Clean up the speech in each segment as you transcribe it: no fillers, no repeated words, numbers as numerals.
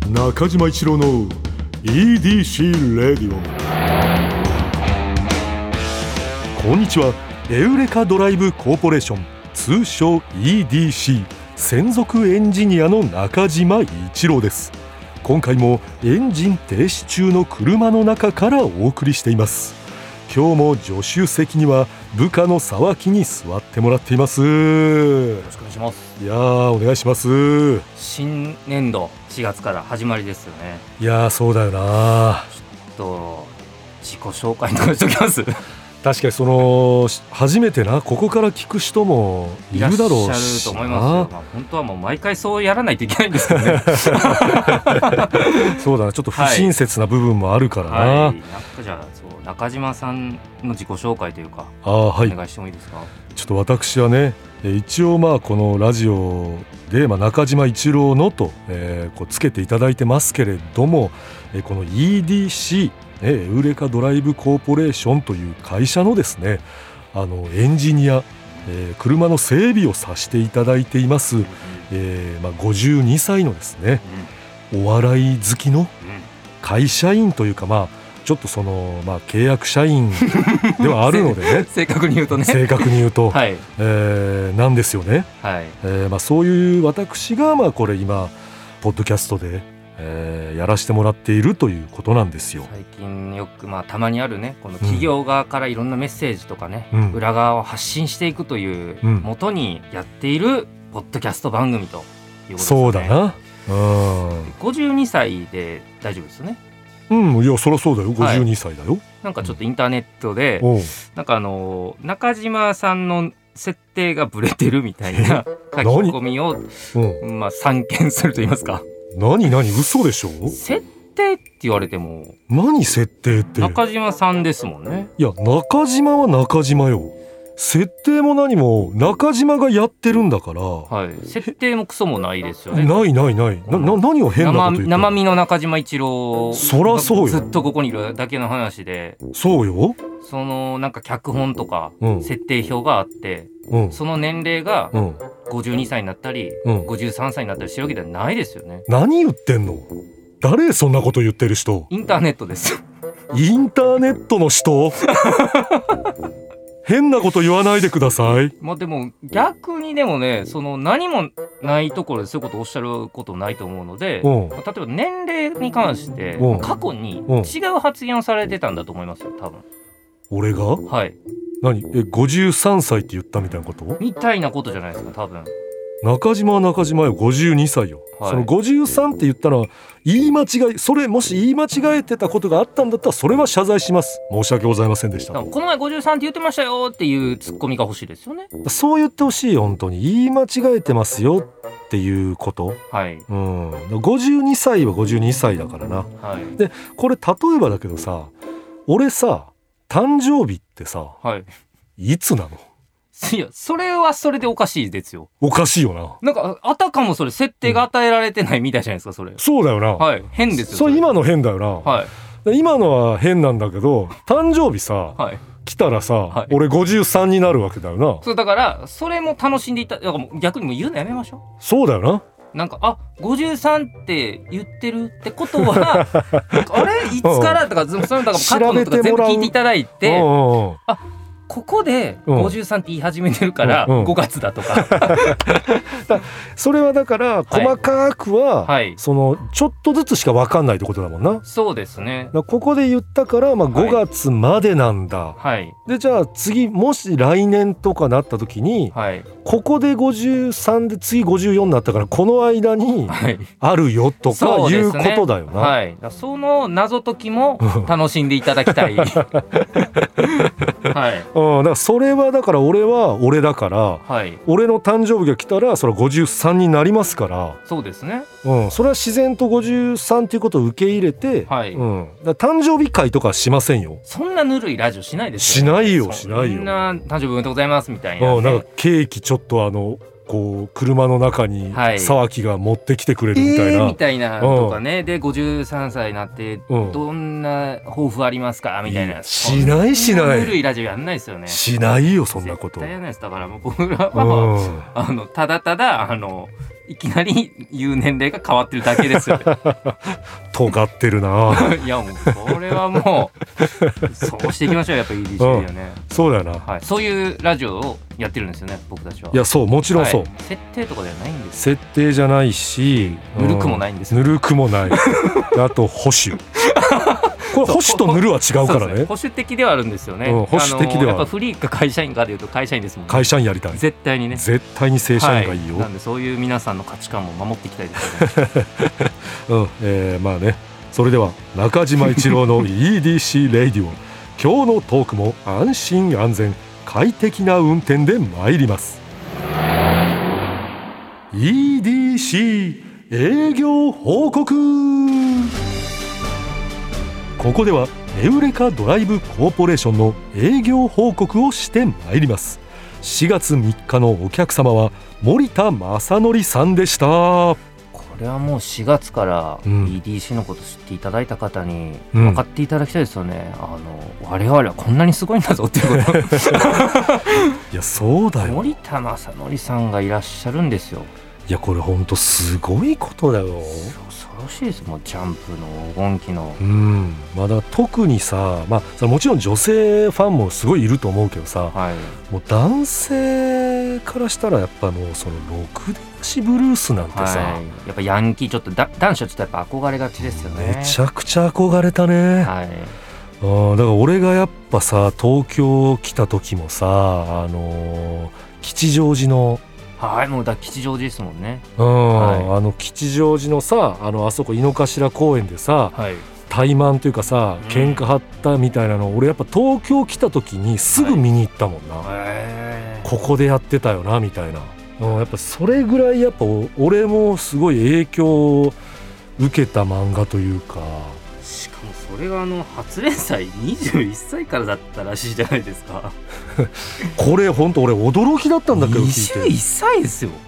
中島一郎の EDC レディオ。こんにちは。エウレカドライブコーポレーション、通称 EDC 専属エンジニアの中島一郎です。今回もエンジン停止中の車の中からお送りしています。今日も助手席には部下の沢木に座ってもらっています。 よろしくお願いします。 いやー、お願いします。 新年度4月から始まりですよね。 いやー、そうだよな。 自己紹介とかしときます確かにその初めてな、ここから聞く人もいるだろうし、 いらっしゃると思いますよ。本当はもう毎回そうやらないといけないんですけどねそうだな、ちょっと不親切な部分もあるからな、 なんかじゃあ中島さんの自己紹介というか、お願いしてもいいですか。 ちょっと私はね、一応このラジオで、中島一郎のと、こうつけていただいてますけれども、この EDCエウレカドライブコーポレーションという会社のですね、エンジニア、車の整備をさせていただいています、52歳のですね、お笑い好きの会社員というか、ちょっとその、契約社員ではあるのでね正確に言うとね、 はい、なんですよね、 はい。 そういう私がこれ今ポッドキャストでやらせてもらっているということなんですよ。 最近よくたまにあるね、この企業側からいろんなメッセージとかね、裏側を発信していくという元にやっているポッドキャスト番組ということですね。 そうだな。 52歳で大丈夫ですよね。 いや、そりゃそうだよ、52歳だよ。 なんかちょっとインターネットで、なんか中島さんの設定がブレてるみたいな書き込みを散見すると言いますか。 何嘘でしょ。 設定って言われても何設定って。 中島さんですもんね。 いや、中島は中島よ。設定も何も中島がやってるんだから、 設定もクソもないですよね。 ない何を変なこと言って。 生身の中島一郎、 そらそうよ。 ずっとここにいるだけの話で。 そうよ。 そのなんか脚本とか設定表があって、その年齢が52歳になったり、53歳になったりしてるわけではないですよね。 何言ってんの。誰そんなこと言ってる人。 インターネットですよ。 インターネットの人変なこと言わないでください。 でも逆にでもね、その何もないところでそういうことをおっしゃることないと思うので、例えば年齢に関して過去に違う発言をされてたんだと思いますよ、多分。 俺が？ はい。 53歳って言ったみたいなこと？ みたいなことじゃないですか、多分。 中島は中島よ、52歳よ、その53って言ったのは言い間違い。それもし言い間違えてたことがあったんだったら、それは謝罪します。申し訳ございませんでした。 この前53って言ってましたよっていうツッコミが欲しいですよね。 そう言ってほしいよ、本当に。言い間違えてますよっていうこと。52歳は52歳だからな、でこれ例えばだけどさ、俺さ、誕生日ってさ、いつなの？ いや、それはそれでおかしいですよ。 おかしいよな。 なんかあたかもそれ設定が与えられてないみたいじゃないですか、それ。 そうだよな。 変ですよ。 それ今の変だよな。今のは変なんだけど、誕生日さ、来たらさ、俺53になるわけだよな。 そうだから、それも楽しんでいた。だからもう逆にもう言うのやめましょう。 そうだよな。 なんか53って言ってるってことはあれいつからとか、そういうのとか過去のとか全部聞いていただいて、ここで53って言い始めてるから5月だとかそれはだから細かくはそのちょっとずつしか分かんないってことだもんな。 そうですね。 ここで言ったから5月までなんだ。でじゃあ次もし来年とかなった時に、ここで53で次54になったから、この間にあるよとかいうことだよな。 その謎解きも楽しんでいただきたいだからそれはだから俺は俺だから、俺の誕生日が来たらそれは53になりますから。 そうですね。 それは自然と53っていうことを受け入れて、だ誕生日会とかしませんよ。 そんなぬるいラジオしないですよ、 しないよ。みんな誕生日おめでとうございますみたいな、 なんかケーキちょっとこう車の中に沢木が持ってきてくれるみたいな、 みたいなとかね。で53歳になってどんな抱負ありますかみたいな。 しないぬるいラジオやんないですよね。 しないよ、そんなこと。 絶対やんないです。だからもう僕らはただただいきなり言う年齢が変わってるだけですよね尖ってるないやもうこれはもうそうしていきましょうやっぱ EDC はね、 そうだよな、 はい、そういうラジオをやってるんですよね僕たちは。 いやそうもちろんそう、 はい、設定とかではないんです。 設定じゃないしぬるくもないんですよ、 ぬるくもないあと保守これ保守とぬるは違うからね。 保守的ではあるんですよね、 保守的ではやっぱフリーか会社員かでいうと会社員ですもんね。 会社員やりたい、 絶対にね、 絶対に正社員がいいよ、 はい、なんでそういう皆さんの価値観も守っていきたいですよねまあね、それでは中島一郎の EDC レイディオ今日のトークも安心安全快適な運転で参ります。 EDC 営業報告。ここではエウレカドライブコーポレーションの営業報告をしてまいります。4月3日のお客様は森田正則さんでした。 これはもう4月から EDC のこと知っていただいた方に分かっていただきたいですよね、我々はこんなにすごいんだぞっていうこといやそうだよ、 森田正則さんがいらっしゃるんですよ。 いやこれほんとすごいことだよ。 恐ろしいです。もうジャンプの黄金期の、 まだ特にさ、もちろん女性ファンもすごいいると思うけどさ、 はい、 もう男性からしたらやっぱもうそのろくでなしブルースなんてさ、 やっぱヤンキーちょっと男子はちょっとやっぱ憧れがちですよね。 めちゃくちゃ憧れたね、 はい、 だから俺がやっぱさ東京来た時もさ吉祥寺のはい、もう吉祥寺ですもんね、 はい、吉祥寺のさあそこ井の頭公園でさ、はい、対マンというかさ喧嘩張ったみたいなの、俺やっぱ東京来た時にすぐ見に行ったもんな、ここでやってたよなみたいな、やっぱそれぐらいやっぱ俺もすごい影響を受けた漫画というか、 しかもそれが初連載21歳からだったらしいじゃないですかこれ本当俺驚きだったんだけど、 21歳ですよ。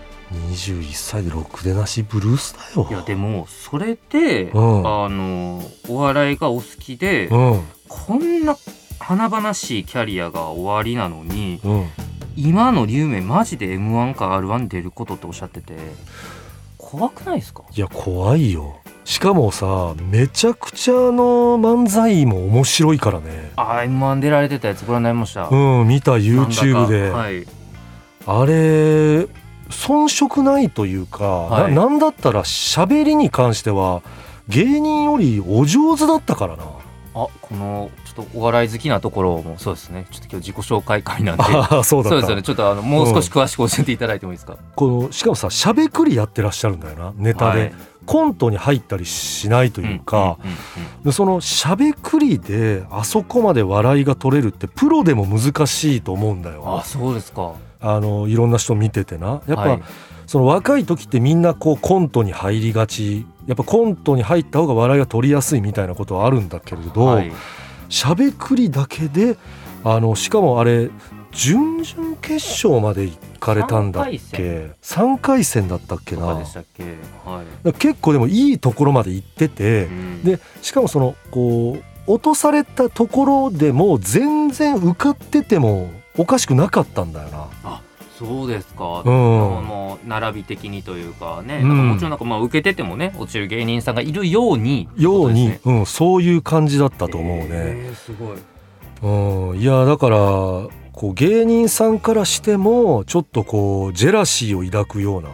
21歳でろくでなしブルースだよ。 いやでもそれで、お笑いがお好きで、こんな華々しいキャリアが終わりなのに、今の龍明マジで M1 か R1 出ることっておっしゃってて怖くないですか？ いや怖いよ。しかもさめちゃくちゃ漫才も面白いからね。 M1 出られてたやつご覧になりました？ 見た YouTube で、はい、あれ遜色ないというか、はい、なんだったら喋りに関しては芸人よりお上手だったからな。 このちょっとお笑い好きなところもそうですね。ちょっと今日自己紹介会なんでそうだった。 そうですよね。ちょっともう少し詳しく教えていただいてもいいですか？ しかもさしゃべくりやってらっしゃるんだよな、ネタで、はい、コントに入ったりしないというか、でそのしゃべくりであそこまで笑いが取れるってプロでも難しいと思うんだよ。 そうですか。 いろんな人見ててな、やっぱ、はい、その若い時ってみんなこうコントに入りがち、やっぱコントに入った方が笑いが取りやすいみたいなことはあるんだけれど、しゃべくりだけでしかもあれ準々決勝まで行かれたんだっけ、3回戦だったっけな、結構でもいいところまで行ってて、でしかもそのこう落とされたところでも全然受かっててもおかしくなかったんだよな。 そうですか、並び的にというかね、もちろん受けててもね落ちる芸人さんがいるように、そういう感じだったと思うね。 すごい。 いやだからこう芸人さんからしてもちょっとこうジェラシーを抱くような、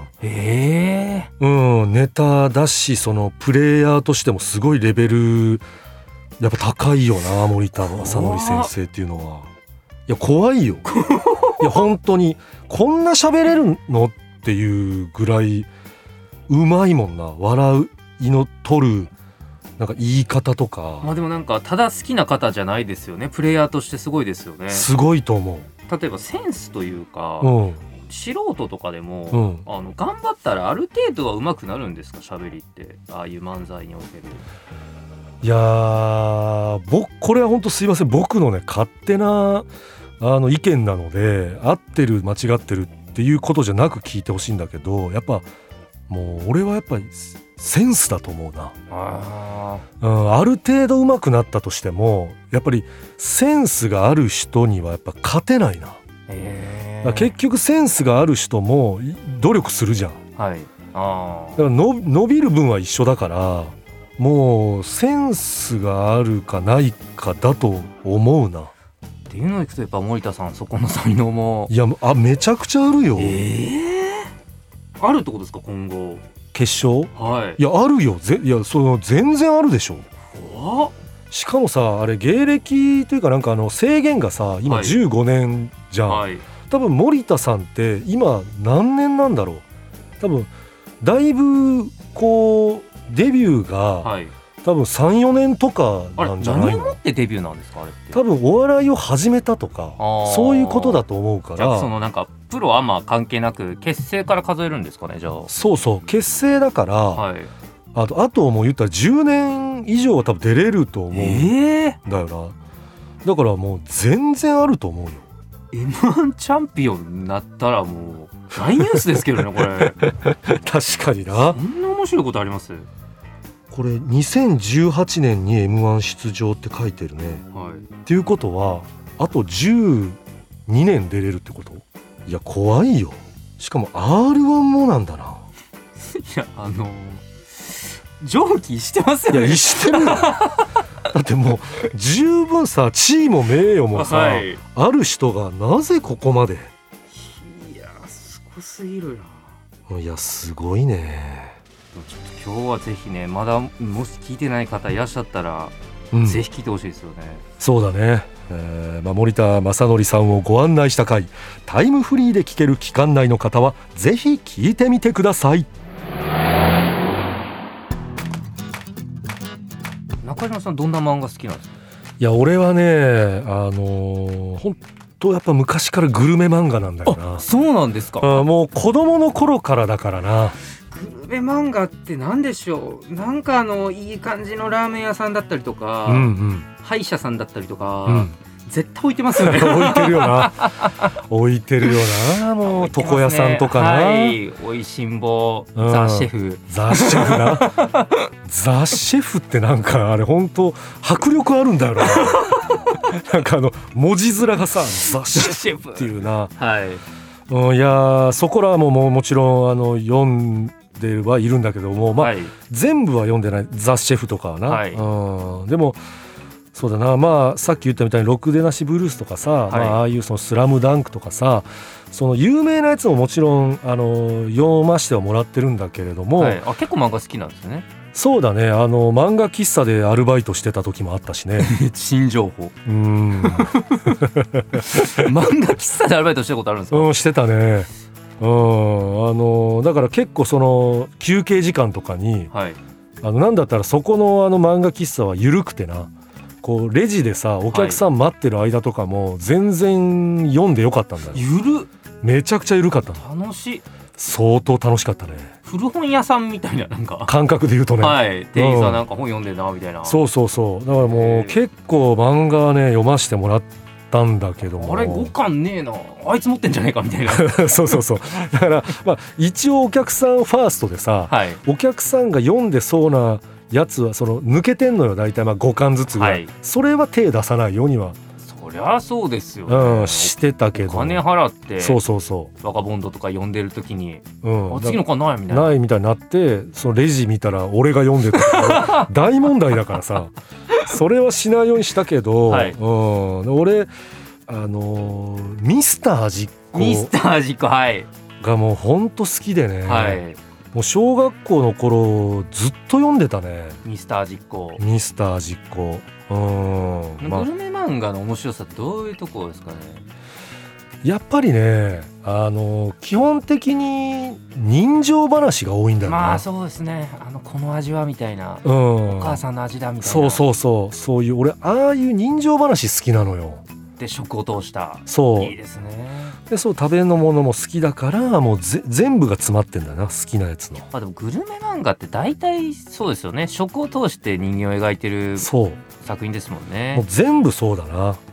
ネタだし、そのプレイヤーとしてもすごいレベルやっぱ高いよな、森田正則先生っていうのは。いや怖いよいや本当にこんな喋れるのっていうぐらいうまいもんな。笑いの取るなんか言い方とか、 でもなんかただ好きな方じゃないですよね。プレイヤーとしてすごいですよね。 すごいと思う。 例えばセンスというか、素人とかでも、頑張ったらある程度は上手くなるんですか、喋りって。ああいう漫才における。 いやこれは本当すいません、僕のね勝手な意見なので合ってる間違ってるっていうことじゃなく聞いてほしいんだけど、やっぱもう俺はやっぱりセンスだと思うな。ある程度上手くなったとしてもやっぱりセンスがある人にはやっぱ勝てないな。結局センスがある人も努力するじゃん。 はい、あだから伸びる分は一緒だから、もうセンスがあるかないかだと思うな。 っていうのをいくとやっぱ森田さんそこの才能もいやめちゃくちゃあるよ。 あるってことですか今後決勝。 はい、 いやあるよ。いやその全然あるでしょ。しかもさあれ芸歴というかなんか制限がさ今15年じゃん、はい、多分森田さんって今何年なんだろう。多分だいぶこうデビューが、はい、多分 3,4 年とかなんじゃないの。 何をもってデビューなんですかあれって。 多分お笑いを始めたとかそういうことだと思うから。 じゃあそのなんかプロアマ関係なく結成から数えるんですかね。じゃあそうそう結成だから、はい、あともう言ったら10年以上は多分出れると思うんだよな、だからもう全然あると思うよ。 M1 チャンピオンになったらもう大ニュースですけどねこれ確かにな。 そんな面白いことあります？ これ2018年に M1 出場って書いてるね、はい、っていうことはあと12年出れるってこと。いや怖いよ。しかも R1 もなんだな。いや上記してますよね。 いやしてるよだってもう十分さ地位も名誉もさ、はい、ある人がなぜここまで。 いやすごすぎるな。 いやすごいね。 ちょっと今日はぜひねまだもし聞いてない方いらっしゃったら、ぜひ聞いてほしいですよね。 そうだね、森田正則さんをご案内した回タイムフリーで聞ける期間内の方はぜひ聞いてみてください。 中島さんどんな漫画好きなんですか？ いや俺はね本当やっぱ昔からグルメ漫画なんだよな。 あ、そうなんですか。 もう子供の頃からだからな。 グルメ漫画って何でしょう。なんかいい感じのラーメン屋さんだったりとか、歯医者さんだったりとか、絶対置いてますよね置いてるよな置いてるよな。もう床屋さんとかな、 はい、おいしんぼ、ザ・シェフなザ・シェフってなんかあれ本当迫力あるんだよななんか文字面がさザ・シェフっていうな、はい、いやそこらももちろん読んではいるんだけども、はい、全部は読んでない。ザ・シェフとかはな、はい、でもそうだな、さっき言ったみたいにろくでなしブルースとかさ、はい、ああいうそのスラムダンクとかさ、その有名なやつももちろん読ましてはもらってるんだけれども、はい、 結構漫画好きなんですね。 そうだね、漫画喫茶でアルバイトしてた時もあったしね新情報漫画喫茶でアルバイトしたことあるんですか？ してたね。だから結構その休憩時間とかに、はい、なんだったらそこの漫画喫茶は緩くてな、こうレジでさお客さん待ってる間とかも全然読んでよかったんだよ。 ゆるめちゃくちゃ緩かったの。楽しい。 相当楽しかったね。 古本屋さんみたいななんか感覚で言うとね、 はい、店員さんなんか本読んでるなみたいな、 そうだからもう結構漫画ね読ませてもらったんだけども、 あれ5巻ねえな、あいつ持ってんじゃねえかみたいなそうだから、一応お客さんファーストでさ、はい、お客さんが読んでそうなやつはその抜けてんのよ大体5巻ずつぐらい、はい、それは手出さないようにはそりゃそうですよね、 してたけど、 お金払ってそうバカボンドとか読んでる時に、次の巻ないみたいなないみたいになって、そのレジ見たら俺が読んでた大問題だからさそれはしないようにしたけど、はい、俺ミスター実行、はい、がもうほんと好きでね、はい、もう小学校の頃ずっと読んでたね。 ミスター実行、グルメ漫画の面白さってどういうところですかね。 やっぱりね、基本的に人情話が多いんだよな。 そうですね、この味はみたいな、お母さんの味だみたいな、 そういう俺ああいう人情話好きなのよ。 で食を通した、いいですね。 で食べのものも好きだからもう全部が詰まってんだな、好きなやつの。 でもグルメ漫画って大体そうですよね、食を通して人間を描いてる作品ですもんね。 もう全部そうだな。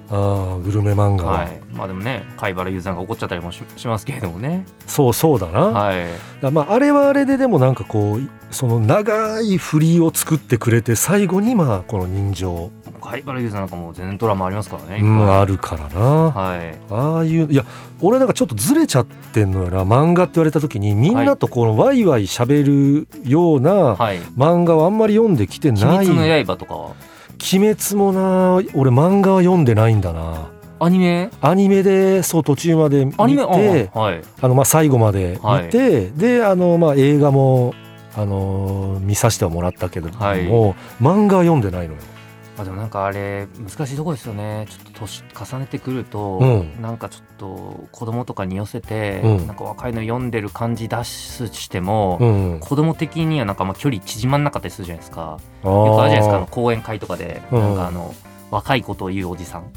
グルメ漫画は、 はい、まあでもね貝原雄山が怒っちゃったりも しますけれどもね。 そうだな、 はい、 あれはあれででもなんかこうその長い振りを作ってくれて最後にこの人情貝原雄山なんかもう全然ドラマありますからね、 あるからな、 はい、 ああいういや俺なんかちょっとずれちゃってんのよな。漫画って言われた時にみんなとこのワイワイ喋るような漫画はあんまり読んできてない。 鬼滅の刃とかは鬼滅もな俺漫画は読んでないんだな。 アニメでそう途中まで見てはい、 最後まで見て、はい、で映画も見させてはもらったけども、はい、漫画は読んでないのよ。 でもなんかあれ難しいとこですよね。ちょっと年重ねてくると、なんかちょっと子供とかに寄せて、なんか若いの読んでる感じ出しても、子供的にはなんか距離縮まんなかったりするじゃないですか。よくあるじゃないですか、講演会とかで、なんか若いことを言うおじさん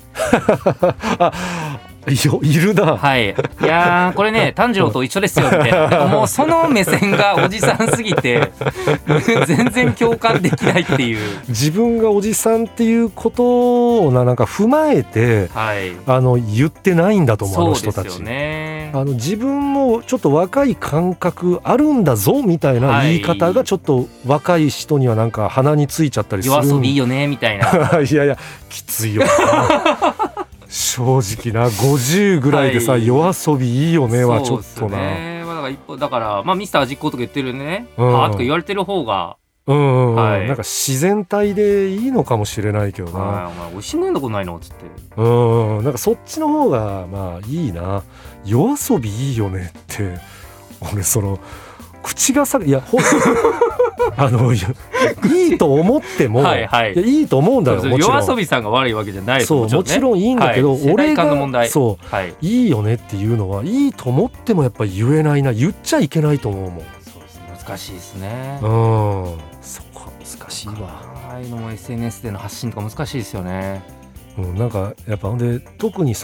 いるな。 はい、いやこれね炭治郎と一緒ですよみたいな。でももうその目線がおじさんすぎて全然共感できないっていう。 自分がおじさんっていうことをなんか踏まえて、はい、言ってないんだと思う。あの人たち。そうですよね。自分もちょっと若い感覚あるんだぞみたいな言い方がちょっと若い人にはなんか鼻についちゃったりする。 夜遊びいいよねみたいな。 いやきついよな正直な50ぐらいでさ、はい、夜遊びいいよねはちょっとな。 だからミスター実行とか言ってるね、とか言われてる方が、 はい、なんか自然体でいいのかもしれないけどな。 お前おいしいもんだことないのっつって、 なんかそっちの方がいいな。夜遊びいいよねって俺口がさいやいいと思ってもはい、いいと思うんだよ。もちろん夜遊びさんが悪いわけじゃないです。 そうもちろんいいんだけど、俺がそう、 いいよねっていうのはいいと思ってもやっぱり言えないな。言っちゃいけないと思うもん。 そうですね、難しいですね。 そこは難しいわ。 ああいうのも SNS での発信とか難しいですよね。 なんかやっぱで特に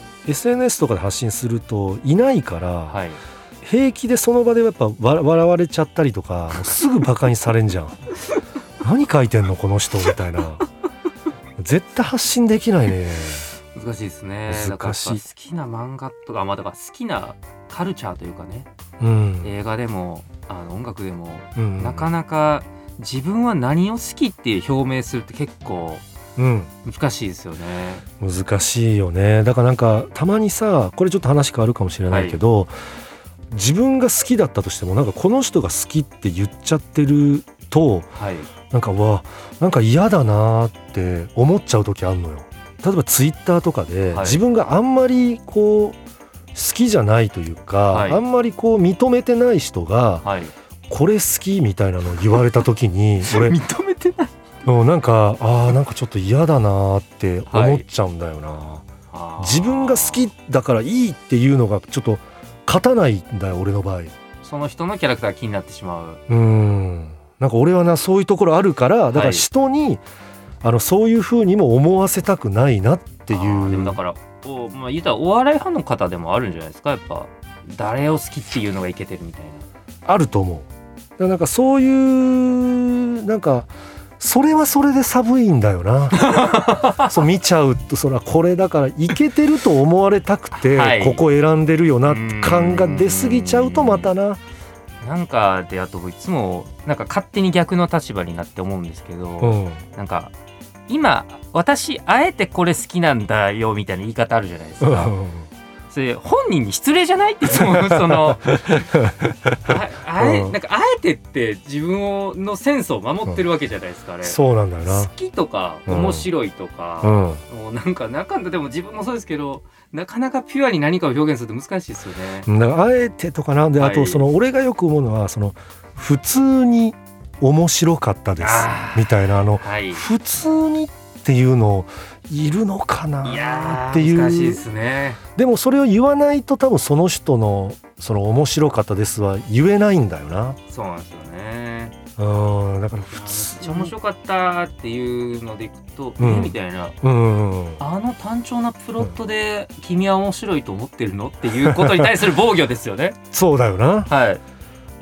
SNS とかで発信するといないから、はい、平気でその場でやっぱ笑われちゃったりとか、もうすぐバカにされんじゃん何書いてんのこの人みたいな。絶対発信できないね。 難しいですね。だから好きな漫画とか、だから好きなカルチャーというかね、映画でも音楽でも、なかなか自分は何を好きって表明するって結構難しいですよね。 難しいよね。だからなんかたまにさ、これちょっと話変わるかもしれないけど、自分が好きだったとしてもなんかこの人が好きって言っちゃってると、なんか嫌だなって思っちゃう時あるのよ。例えばツイッターとかで、自分があんまり好きじゃないというか、あんまり認めてない人が、これ好きみたいなのを言われた時に俺認めてないなんかなんかちょっと嫌だなって思っちゃうんだよな。自分が好きだからいいっていうのがちょっと勝たないんだよ俺の場合。 その人のキャラクターが気になってしまう。 なんか俺はそういうところあるから、だから人に、そういう風にも思わせたくないなっていう。 でもだから言ったらお笑いファンの方でもあるんじゃないですか。やっぱ誰を好きっていうのがいけてるみたいな。あると思う。だからなんかそういうなんかそれはそれで寒いんだよなそう見ちゃうとこれだからイケてると思われたくて、ここ選んでるよな感が出過ぎちゃうとまたな。 なんかであといつもなんか勝手に逆の立場になって思うんですけど、なんか今私あえてこれ好きなんだよみたいな言い方あるじゃないですか。それ本人に失礼じゃないっていつもなんかあえてって自分のセンスを守ってるわけじゃないですか。あれそうなんだよな。 好きとか面白いとか、もうなんかでも自分もそうですけど、なかなかピュアに何かを表現すると難しいですよね。 だからあえてとかなんで、あと俺がよく思うのは普通に面白かったですみたいな普通にっていうのいるのかなっていう。 難しいですね。 でもそれを言わないと多分その人の面白かったですは言えないんだよな。 そうなんですよね。 だから普通面白かったっていうのでいくと、みたいな、単調なプロットで君は面白いと思ってるのっていうことに対する防御ですよね。 そうだよな。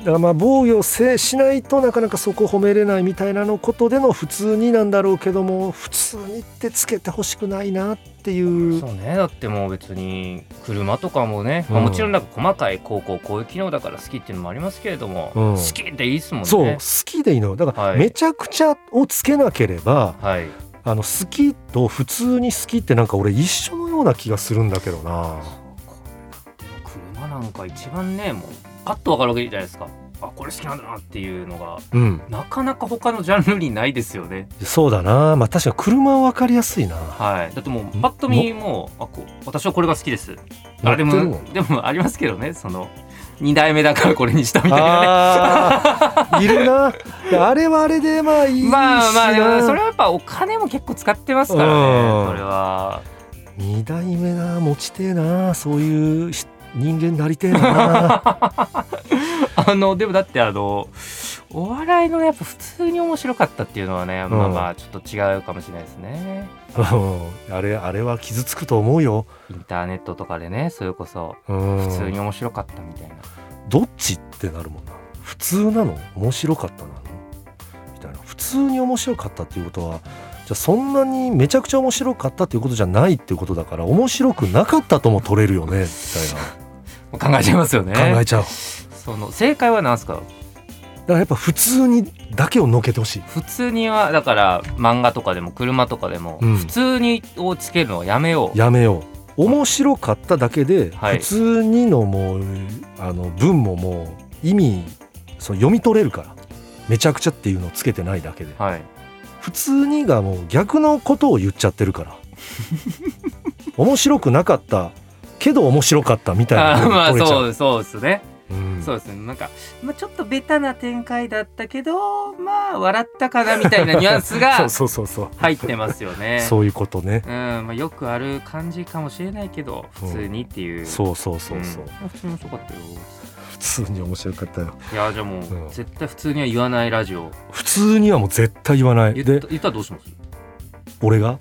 だからまあ防御しないとなかなかそこ褒めれないみたいなのことでの普通になんだろうけども、普通にってつけてほしくないなっていう。 そうね、だってもう別に車とかもね、もちろんなんか細かいこういう機能だから好きっていうのもありますけれども、好きでいいですもんね。 そう好きでいいのだから、めちゃくちゃをつけなければ、好きと普通に好きってなんか俺一緒のような気がするんだけどな。 車なんか一番ね、もうパッと分かるわけじゃないですか。あ、これ好きなんだなっていうのが、なかなか他のジャンルにないですよね。 そうだな、まあ確かに車は分かりやすいな。 だってもうパッと見も私はこれが好きです。でもありますけどね、その2代目だからこれにしたみたいなね。いるな。あれはあれでまあいいしな。 まあでもそれはやっぱお金も結構使ってますからね。それは 2代目な、持ちてえな、そういう人間になりてえな。 でもだってお笑いのやっぱ普通に面白かったっていうのはね、まあちょっと違うかもしれないですね。 あれは傷つくと思うよ。 インターネットとかでね、それこそ普通に面白かったみたいな。 どっちってなるもんな。普通なの面白かったなのみたいな。普通に面白かったっていうことは、じゃあそんなにめちゃくちゃ面白かったっていうことじゃないっていうことだから、面白くなかったとも取れるよねみたいな。考えちゃいますよね。 考えちゃう。 その正解は何ですか？ だからやっぱ普通にだけをのけてほしい。 普通にはだから漫画とかでも車とかでも、普通にをつけるのはやめよう。面白かっただけで、普通にのもう文ももう意味読み取れるから、めちゃくちゃっていうのをつけてないだけで、普通にがもう逆のことを言っちゃってるから面白くなかったけど面白かったみたいな。 まあそうですね。そうですね。なんか、ちょっとベタな展開だったけど、まあ笑ったかなみたいなニュアンスが入ってますよね。 そういうことね。 よくある感じかもしれないけど、普通にっていう。 そう。 普通に面白かったよ。 普通に面白かったよ。 いや、じゃあもう、絶対普通には言わないラジオ。 普通にはもう絶対言わない。 言ったらどうします？ 俺が？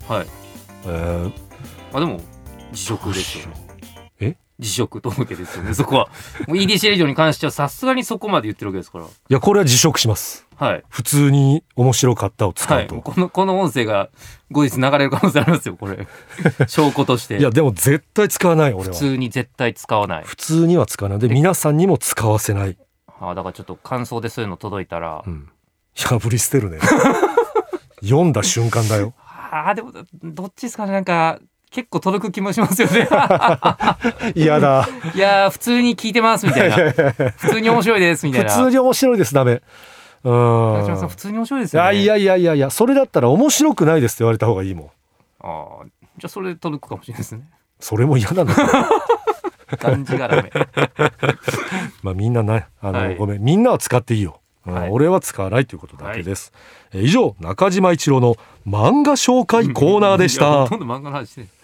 でも辞職ですよ。辞職届ですよね。そこはもう EDC レディオに関してはさすがにそこまで言ってるわけですから。いや、これは辞職します。普通に面白かったを使うと、 この音声が後日流れる可能性ありますよ、これ証拠として。 いやでも絶対使わない。俺は普通に絶対使わない。 普通には使わないで、皆さんにも使わせない。 だからちょっと感想でそういうの届いたら、 破り捨てるね読んだ瞬間だよ。 でもどっちですかね。なんか結構届く気もしますよね嫌だ。 いや普通に聞いてますみたいな普通に面白いですみたいな。 普通に面白いです。ダメ。 中島さん普通に面白いですよね。 いやそれだったら面白くないですって言われた方がいいもん。 じゃあそれで届くかもしれないですね。 それも嫌なんだがんじがらめまあみんなごめん、みんなは使っていいよ。俺は使わないということだけです。以上、中島一郎の漫画紹介コーナーでした。 ほとんど漫画の話して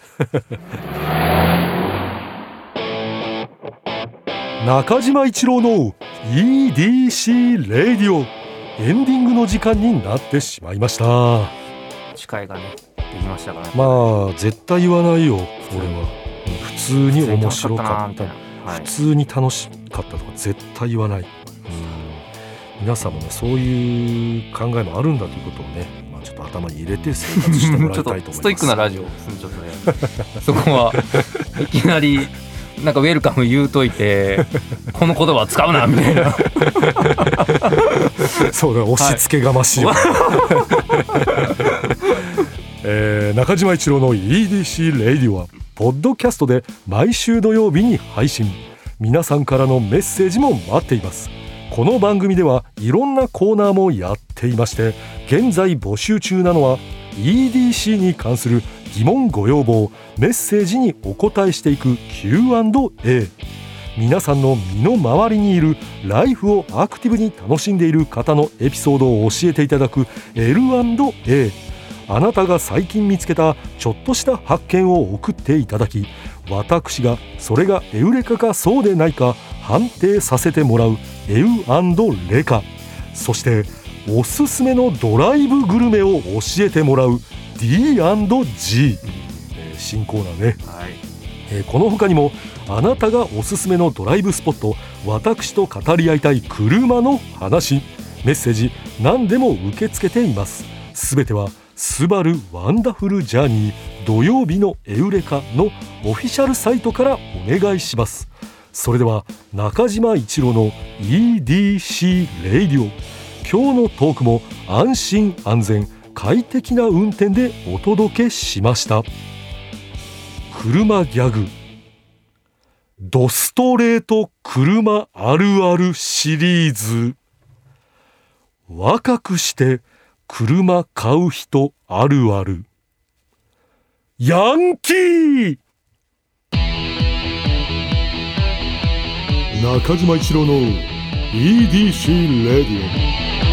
中島一郎の EDC レディオ、エンディングの時間になってしまいました。 司会がねできましたから、 まあ絶対言わないよ。俺は普通に面白かった、普通に楽しかったとか絶対言わない。皆さんもね、そういう考えもあるんだということをね、ちょっと頭に入れて生活してもらいたいと思います。 ストイックなラジオですね、ちょっとねそこはいきなりなんかウェルカム言うといてこの言葉使うなみたいなそうだ、押し付けがましいよ、中島一郎の EDC レディオはポッドキャストで毎週土曜日に配信。皆さんからのメッセージも待っています。この番組ではいろんなコーナーもやっていまして、現在募集中なのは EDC に関する疑問ご要望、メッセージにお答えしていく Q&A。 皆さんの身の回りにいるライフをアクティブに楽しんでいる方のエピソードを教えていただく L&A。 あなたが最近見つけたちょっとした発見を送っていただき、私がそれがエウレカかそうでないか判定させてもらうエウ&レカ。そしておすすめのドライブグルメを教えてもらう D&G、新コーナーね、 この他にもあなたがおすすめのドライブスポット、私と語り合いたい車の話、メッセージ何でも受け付けています。すべてはスバルワンダフルジャーニー土曜日のエウレカのオフィシャルサイトからお願いします。それでは中島一郎の EDC レイディオ、今日のトークも安心安全快適な運転でお届けしました。車ギャグ、ドストレート車あるあるシリーズ。若くして車買う人あるある。ヤンキー。中島一郎の EDC レディオ。